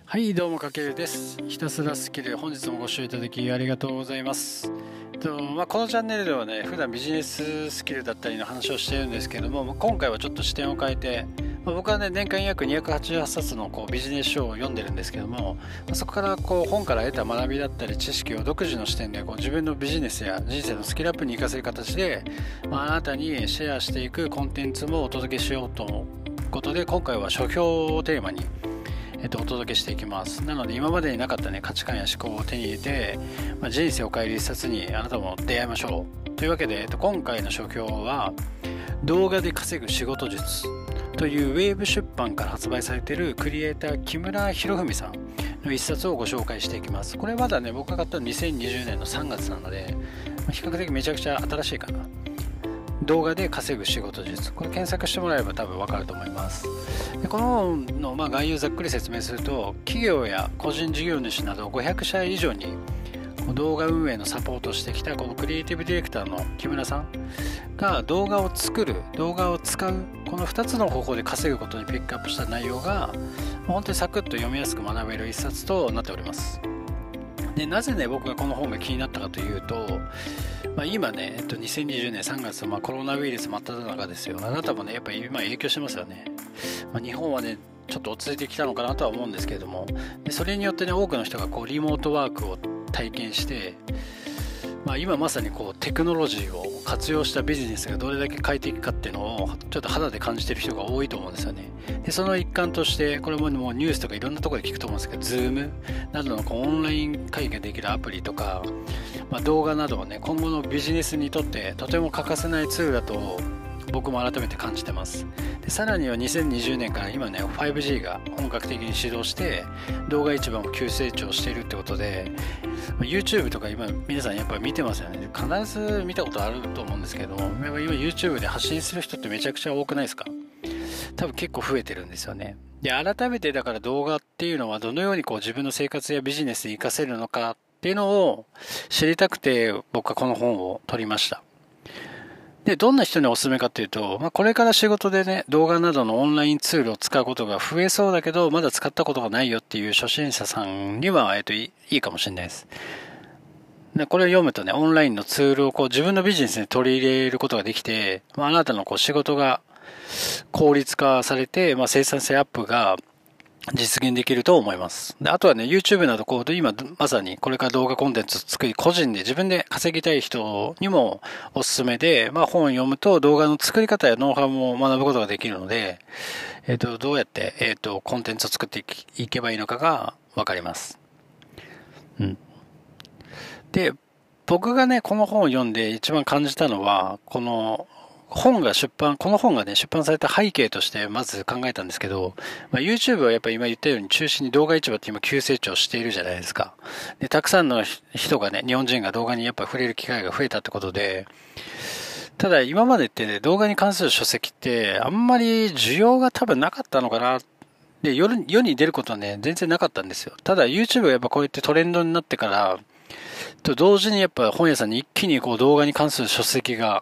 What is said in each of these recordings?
はい、どうもかけるです。ひたすらスキル、本日もご視聴いただきありがとうございます。このチャンネルではね、普段ビジネススキルだったりの話をしているんですけども、今回はちょっと視点を変えて、僕はね、年間約288冊のビジネス書を読んでるんですけども、そこから本から得た学びだったり知識を独自の視点で自分のビジネスや人生のスキルアップに活かせる形で、あなたにシェアしていくコンテンツもお届けしようということで、今回は書評をテーマにお届けしていきます。なので今までになかったね、価値観や思考を手に入れて、人生を変える一冊にあなたも出会いましょうというわけで、今回の書評は動画で稼ぐ仕事術というウェーブ出版から発売されているクリエイター木村博文さんの一冊をご紹介していきます。これまだね、僕が買ったの2020年の3月なので、比較的めちゃくちゃ新しいかな。動画で稼ぐ仕事術、これ検索してもらえば多分わかると思います。でこの本の概要をざっくり説明すると、企業や個人事業主など500社以上に動画運営のサポートをしてきたこのクリエイティブディレクターの木村さんが動画を作る、動画を使う、この2つの方法で稼ぐことにピックアップした内容が本当にサクッと読みやすく学べる一冊となっております。でなぜね、僕がこの本が気になったかというと、今ね、2020年3月、コロナウイルス真っ只中ですよ。あなたもね、やっぱり今影響してますよね。日本はね、ちょっと落ち着いてきたのかなとは思うんですけれども、でそれによってね、多くの人がリモートワークを体験して、今まさにテクノロジーを活用したビジネスがどれだけ快適かっていうのをちょっと肌で感じてる人が多いと思うんですよね。でその一環として、これももうニュースとかいろんなところで聞くと思うんですけど、Zoom などのオンライン会議ができるアプリとか、動画などはね、今後のビジネスにとってとても欠かせないツールだと僕も改めて感じてます。でさらには2020年から今ね、 5G が本格的に始動して動画市場も急成長しているってことで、YouTube とか今皆さんやっぱり見てますよね。必ず見たことあると思うんですけども、今 YouTube で発信する人ってめちゃくちゃ多くないですか？多分結構増えてるんですよね。で改めてだから動画っていうのはどのように自分の生活やビジネスに活かせるのかっていうのを知りたくて、僕はこの本を取りました。で、どんな人におすすめかっていうと、これから仕事でね、動画などのオンラインツールを使うことが増えそうだけど、まだ使ったことがないよっていう初心者さんには、いいかもしれないです。で、これを読むとね、オンラインのツールを自分のビジネスに取り入れることができて、あなたの仕事が効率化されて、生産性アップが実現できると思います。であとはね、YouTube など今まさにこれから動画コンテンツを作り、個人で自分で稼ぎたい人にもおすすめで、本を読むと動画の作り方やノウハウも学ぶことができるので、どうやって、コンテンツを作っていけばいいのかがわかります。うん。で、僕がね、この本を読んで一番感じたのは、この本がね、出版された背景としてまず考えたんですけど、YouTube はやっぱり今言ったように中心に動画市場って今急成長しているじゃないですか。で、たくさんの人がね、日本人が動画にやっぱ触れる機会が増えたってことで、ただ今までってね、動画に関する書籍ってあんまり需要が多分なかったのかな。で、世に出ることはね、全然なかったんですよ。ただ YouTube はやっぱこうやってトレンドになってから、と同時にやっぱ本屋さんに一気に動画に関する書籍が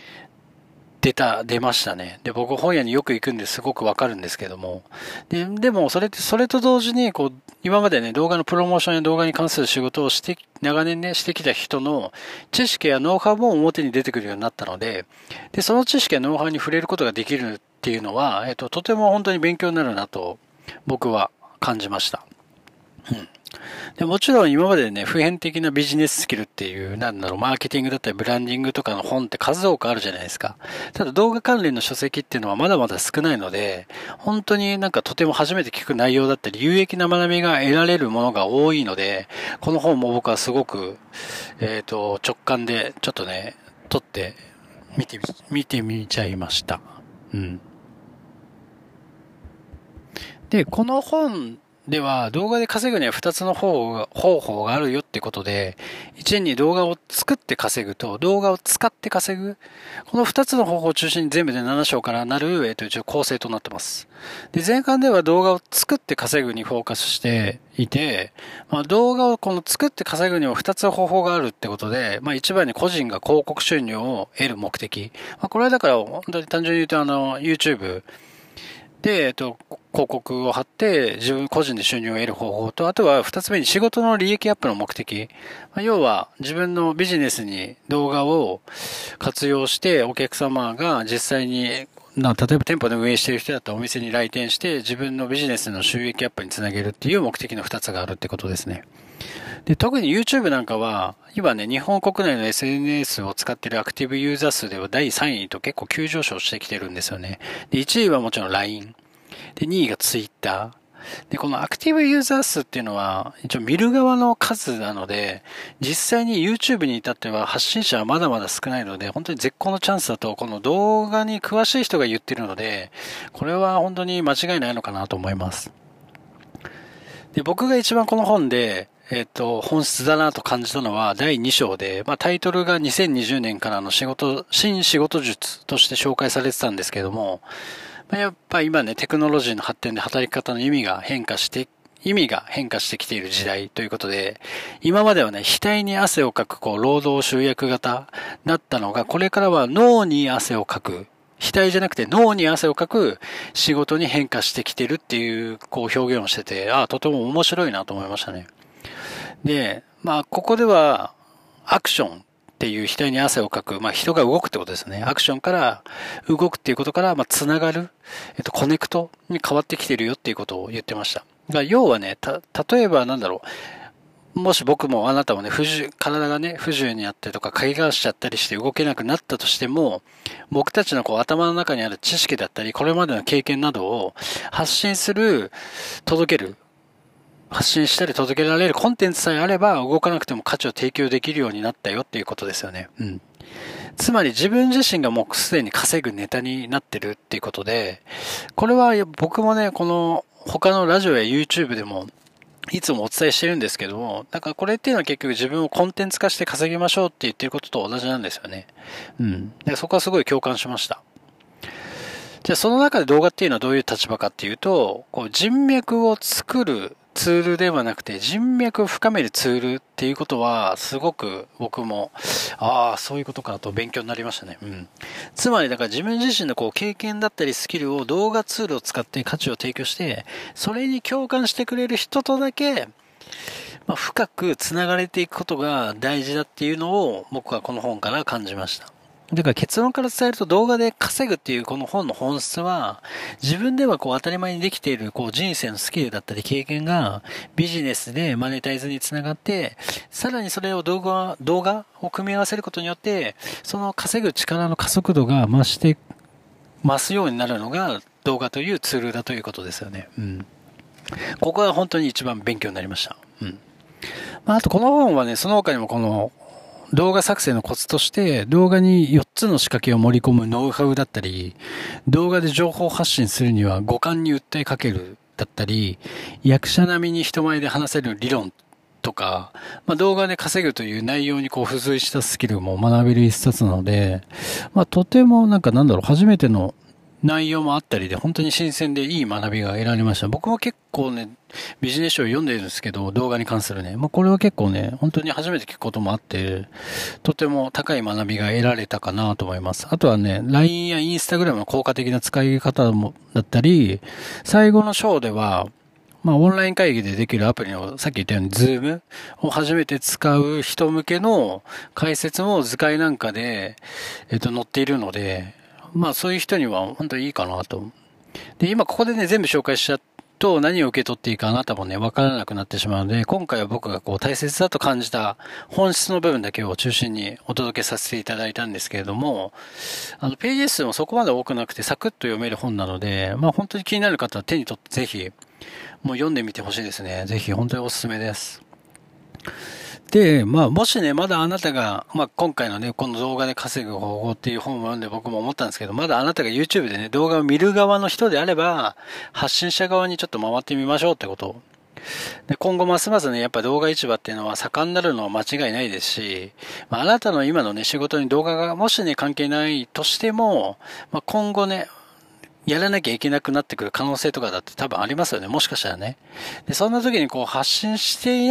出ましたね。で、僕本屋によく行くんですごくわかるんですけども。でもそれと同時に、今までね、動画のプロモーションや動画に関する仕事を長年ね、してきた人の知識やノウハウも表に出てくるようになったので、で、その知識やノウハウに触れることができるっていうのは、とても本当に勉強になるなと、僕は感じました。うん。でもちろん今までね、普遍的なビジネススキルっていう、マーケティングだったりブランディングとかの本って数多くあるじゃないですか。ただ動画関連の書籍っていうのはまだまだ少ないので、本当にとても初めて聞く内容だったり、有益な学びが得られるものが多いので、この本も僕はすごく、直感でちょっとね、取って見てみちゃいました。うん。で、この本では動画で稼ぐには2つの方法があるよってことで、1に動画を作って稼ぐと動画を使って稼ぐ。この2つの方法を中心に全部で7章からなる、一応構成となってます。で、前半では動画を作って稼ぐにフォーカスしていて、動画を作って稼ぐには2つ方法があるってことで、一番に個人が広告収入を得る目的。これはだから本当に単純に言うとYouTube で、広告を貼って自分個人で収入を得る方法と、あとは二つ目に仕事の利益アップの目的。要は自分のビジネスに動画を活用してお客様が実際に、例えば店舗で運営している人だったらお店に来店して自分のビジネスの収益アップにつなげるっていう目的の二つがあるってことですね。で、特に YouTube なんかは、今ね、日本国内の SNS を使っているアクティブユーザー数では第3位と結構急上昇してきてるんですよね。で、1位はもちろん LINE。で、2位が Twitter。で、このアクティブユーザー数っていうのは、一応見る側の数なので、実際に YouTube に至っては発信者はまだまだ少ないので、本当に絶好のチャンスだと、この動画に詳しい人が言ってるので、これは本当に間違いないのかなと思います。で、僕が一番この本で、本質だなと感じたのは第2章で、タイトルが2020年からの新仕事術として紹介されてたんですけども、やっぱ今ね、テクノロジーの発展で働き方の意味が変化してきている時代ということで、今まではね、額に汗をかく、労働集約型だったのが、これからは脳に汗をかく、額じゃなくて脳に汗をかく仕事に変化してきてるっていう、表現をしてて、とても面白いなと思いましたね。で、ここでは、アクションっていう額に汗をかく、人が動くってことですね。アクションから動くっていうことから、つながる、コネクトに変わってきてるよっていうことを言ってました。要はね、例えばもし僕もあなたもね、体がね、不自由になったりとか、怪我しちゃったりして動けなくなったとしても、僕たちの頭の中にある知識だったり、これまでの経験などを発信したり届けられるコンテンツさえあれば動かなくても価値を提供できるようになったよっていうことですよね。つまり自分自身がもうすでに稼ぐネタになってるっていうことで、これは僕もね、この他のラジオや YouTube でもいつもお伝えしてるんですけども、だからこれっていうのは結局自分をコンテンツ化して稼ぎましょうって言ってることと同じなんですよね。でそこはすごい共感しました。じゃあその中で動画っていうのはどういう立場かっていうと、人脈を作るツールではなくて人脈を深めるツールっていうことはすごく僕もそういうことかと勉強になりましたね。つまりだから自分自身の経験だったりスキルを動画ツールを使って価値を提供してそれに共感してくれる人とだけ深くつながれていくことが大事だっていうのを僕はこの本から感じました。だから結論から伝えると動画で稼ぐっていうこの本の本質は自分では当たり前にできている人生のスキルだったり経験がビジネスでマネタイズにつながってさらにそれを動画を組み合わせることによってその稼ぐ力の加速度が増すようになるのが動画というツールだということですよね。ここが本当に一番勉強になりました。あとこの本はね、その他にもこの動画作成のコツとして動画に4つの仕掛けを盛り込むノウハウだったり、動画で情報発信するには五感に訴えかけるだったり、役者並みに人前で話せる理論とか、動画で稼ぐという内容に付随したスキルも学べる一冊なので、とても初めての内容もあったりで本当に新鮮でいい学びが得られました。僕も結構ね、ビジネス書を読んでるんですけど、動画に関するね。これは結構ね、本当に初めて聞くこともあって、とても高い学びが得られたかなと思います。あとはね、LINE や Instagram の効果的な使い方だったり、最後の章では、オンライン会議でできるアプリの、さっき言ったように Zoom を初めて使う人向けの解説も図解なんかで、載っているので、そういう人には本当にいいかなと。で、今ここでね、全部紹介しちゃうと何を受け取っていいかあなたもね、わからなくなってしまうので、今回は僕が大切だと感じた本質の部分だけを中心にお届けさせていただいたんですけれども、ページ数もそこまで多くなくてサクッと読める本なので、本当に気になる方は手に取ってぜひ、もう読んでみてほしいですね。ぜひ本当におすすめです。で、もしね、まだあなたが、今回のね、この動画で稼ぐ方法っていう本を読んで僕も思ったんですけど、まだあなたが YouTube でね、動画を見る側の人であれば、発信者側にちょっと回ってみましょうってこと。で、今後ますますね、やっぱ動画市場っていうのは盛んになるのは間違いないですし、あなたの今のね、仕事に動画がもしね、関係ないとしても、今後ね、やらなきゃいけなくなってくる可能性とかだって多分ありますよね。もしかしたらね。で、そんな時に発信していない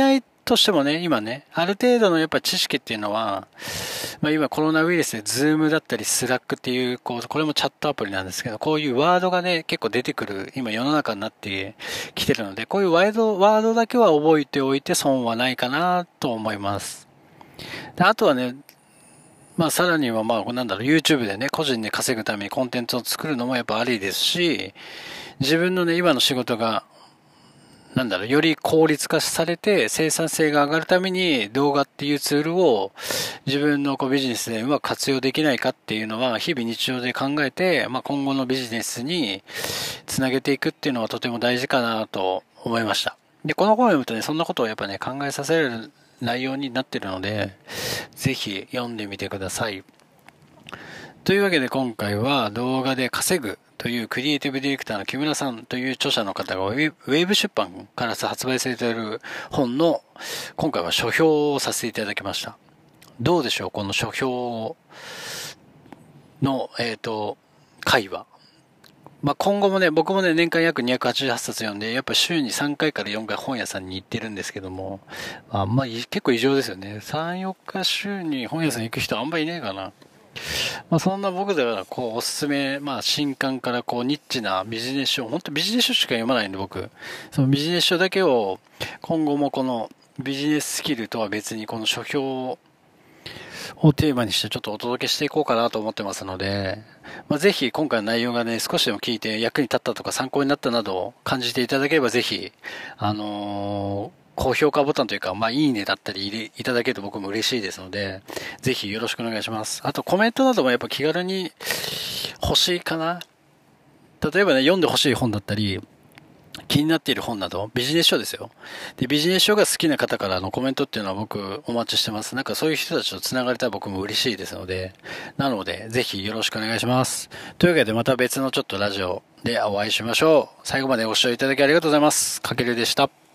としてもね、今ね、ある程度のやっぱ知識っていうのは、今コロナウイルスで Zoom だったり Slack っていう、これもチャットアプリなんですけど、こういうワードがね、結構出てくる、今世の中になってきてるので、こういうワードだけは覚えておいて損はないかなと思います。であとはね、さらにはYouTube でね、個人で稼ぐためにコンテンツを作るのもやっぱありですし、自分のね、今の仕事が、より効率化されて生産性が上がるために動画っていうツールを自分のビジネスでうまく活用できないかっていうのは日々日常で考えて、今後のビジネスにつなげていくっていうのはとても大事かなと思いました。で、この本を読むとね、そんなことをやっぱね、考えさせる内容になっているので、ぜひ読んでみてください。というわけで今回は動画で稼ぐというクリエイティブディレクターの木村さんという著者の方がウェブ出版から発売されている本の今回は書評をさせていただきました。どうでしょうこの書評の、回は。今後もね、僕もね、年間約288冊読んで、やっぱ週に3回から4回本屋さんに行ってるんですけども、結構異常ですよね。3、4日週に本屋さん行く人あんまりいないかな。そんな僕ではおすすめ、新刊からニッチなビジネス書、本当ビジネス書しか読まないんで僕、そのビジネス書だけを今後もこのビジネススキルとは別にこの書評をテーマにしてちょっとお届けしていこうかなと思ってますので、ぜひ今回の内容がね、少しでも聞いて役に立ったとか参考になったなどを感じていただければぜひ、高評価ボタンというか、いいねだったりいただけると僕も嬉しいですので、ぜひよろしくお願いします。あとコメントなどもやっぱ気軽に欲しいかな。例えばね、読んで欲しい本だったり、気になっている本など、ビジネス書ですよ。で、ビジネス書が好きな方からのコメントっていうのは僕お待ちしてます。そういう人たちと繋がれたら僕も嬉しいですので、なので、ぜひよろしくお願いします。というわけでまた別のちょっとラジオでお会いしましょう。最後までご視聴いただきありがとうございます。かけるでした。